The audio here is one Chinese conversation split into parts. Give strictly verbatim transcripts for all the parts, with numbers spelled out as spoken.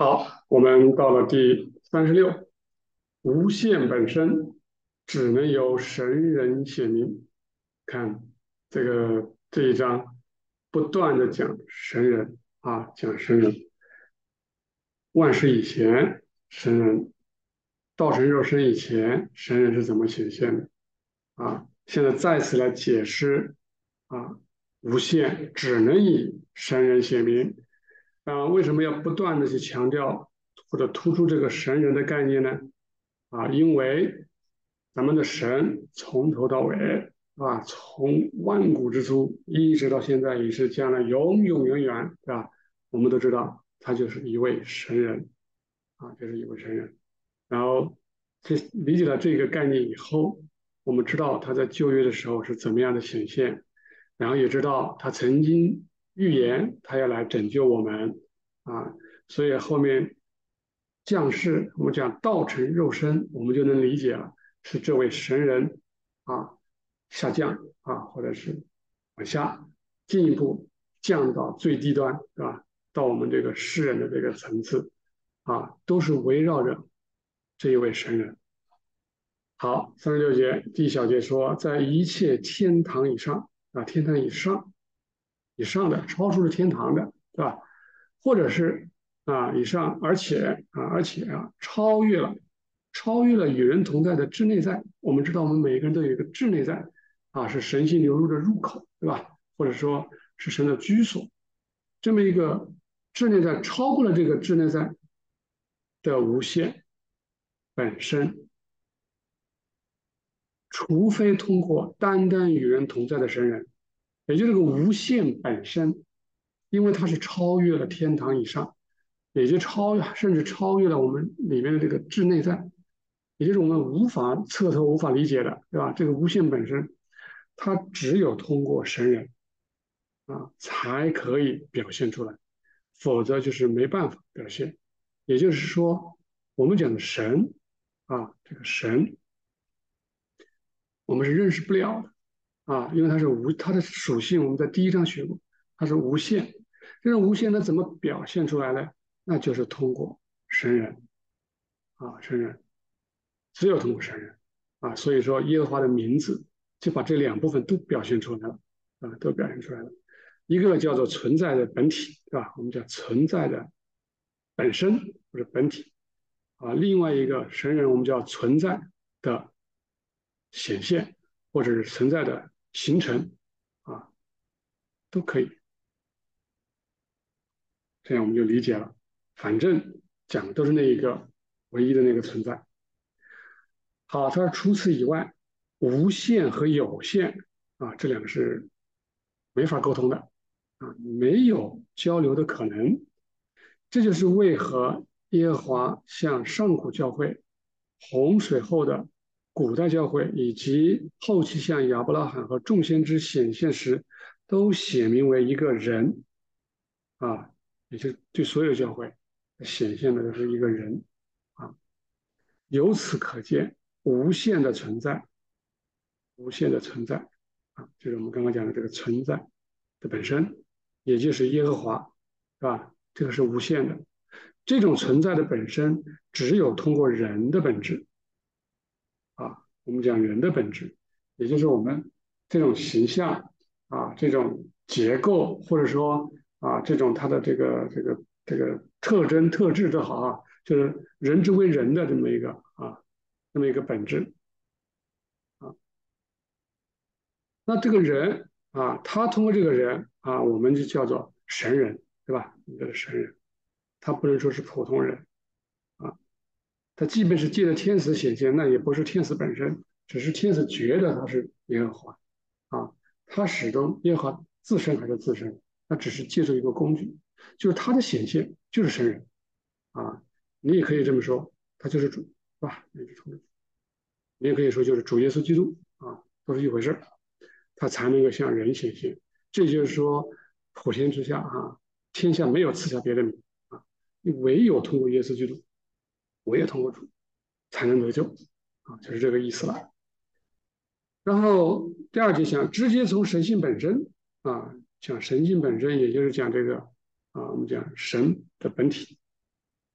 好，我们到了第三十六，无限本身只能由神人显明。看这个这一章，不断的讲神人啊，讲神人。万事以前，神人道成肉身以前，神人是怎么显现的啊？现在再次来解释啊，无限只能以神人显明。啊，为什么要不断的去强调或者突出这个神人的概念呢？啊，因为咱们的神从头到尾啊，从万古之初一直到现在，也是将来永永远远，对吧？我们都知道，他就是一位神人啊，就是一位神人。然后，这理解了这个概念以后，我们知道他在旧约的时候是怎么样的显现，然后也知道他曾经预言他要来拯救我们啊，所以后面降世，我们讲道成肉身，我们就能理解了，是这位神人啊下降啊，或者是往下进一步降到最低端，是吧？到我们这个世人的这个层次啊，都是围绕着这一位神人。好，三十六节第一小节说，在一切天堂以上啊，天堂以上以上的，超出了天堂的，对吧？或者是啊以上，而且啊而且啊超越了，超越了与人同在的至内在。我们知道，我们每个人都有一个至内在啊，是神性流入的入口，对吧？或者说是神的居所。这么一个至内在，超过了这个至内在的无限本身。除非通过单单与人同在的神人，也就是这个无限本身，因为它是超越了天堂以上，也就超越甚至超越了我们里面的这个至内在，也就是我们无法彻头、无法理解的，对吧？这个无限本身，它只有通过神人啊才可以表现出来，否则就是没办法表现。也就是说，我们讲的神啊，这个神，我们是认识不了的。啊，因为它是无，它的属性我们在第一章学过，它是无限。这种无限它怎么表现出来呢？那就是通过神人啊，神人，只有通过神人啊。所以说，耶和华的名字就把这两部分都表现出来了啊，都表现出来了。一个叫做存在的本体，对吧？我们叫存在的本身或者本体啊。另外一个神人，我们叫存在的显现，或者是存在的形成啊，都可以。这样我们就理解了。反正讲的都是那一个唯一的那个存在。好，他说除此以外，无限和有限啊，这两个是没法沟通的啊，没有交流的可能。这就是为何耶和华向上古教会、洪水后的古代教会以及后期向亚伯拉罕和众先知显现时，都写明为一个人啊，也就是对所有教会显现的都是一个人啊。由此可见，无限的存在，无限的存在啊，就是我们刚刚讲的这个存在的本身，也就是耶和华，是吧？这个是无限的。这种存在的本身，只有通过人的本质啊，我们讲人的本质，也就是我们这种形象啊，这种结构，或者说啊，这种它的这个这个这个特征特质都好啊，就是人之为人的这么一个啊，这么一个本质啊。那这个人啊，他通过这个人啊，我们就叫做神人，对吧？这个神人，他不能说是普通人啊，他即便是借着天使显现，那也不是天使本身，只是天使觉得他是耶和华啊，他始终耶和华自身还是自身，他只是借助一个工具，就是他的显现就是神人啊，你也可以这么说，他就是主，是吧？你也可以说就是主耶稣基督啊，都是一回事儿。他才能够向人显现。这就是说，普天之下啊，天下没有赐下别的名啊，你唯有通过耶稣基督，唯有通过主，才能得救啊，就是这个意思了。然后第二节讲直接从神性本身啊，讲神性本身，也就是讲这个啊，我们讲神的本体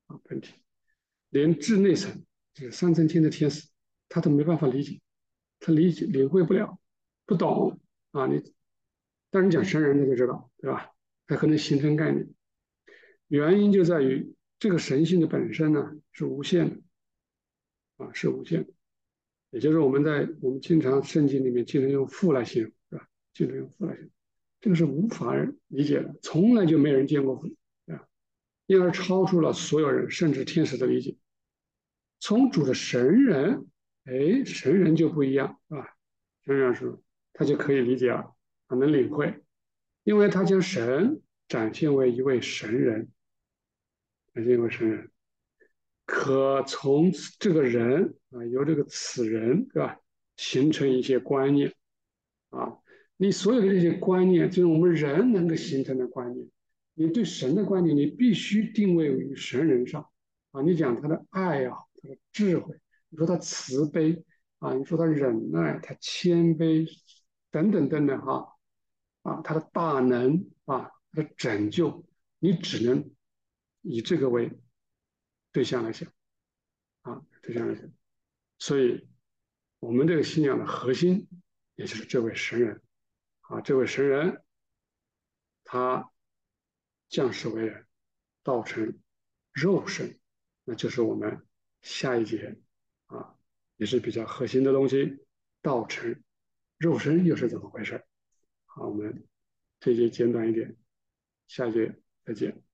啊本体，连至内层，就是三层天的天使，他都没办法理解，他理解领会不了，不懂啊。你，但是你讲神人，他就知道，对吧？他可能形成概念，原因就在于这个神性的本身呢是无限的啊，是无限的。也就是我们在我们经常圣经里面经常用父来形容，对吧？经常用父来形容，这个是无法理解的，从来就没人见过父，对吧？因而超出了所有人甚至天使的理解。从主的神人，哎，神人就不一样，是吧？神人是他就可以理解了，他能领会，因为他将神展现为一位神人，展现为神人，可从这个人啊，由这个此人，对吧，形成一些观念啊。你所有的这些观念，就是我们人能够形成的观念，你对神的观念，你必须定位于神人上啊。你讲他的爱啊，他的智慧，你说他慈悲啊，你说他忍耐，他谦卑等等等等哈啊，他的大能啊，他的拯救，你只能以这个为对象来想啊，对象来想。所以，我们这个信仰的核心，也就是这位神人啊，这位神人他降世为人，道成肉身，那就是我们下一节啊，也是比较核心的东西，道成肉身又是怎么回事？好，我们这一节简短一点，下一节再见。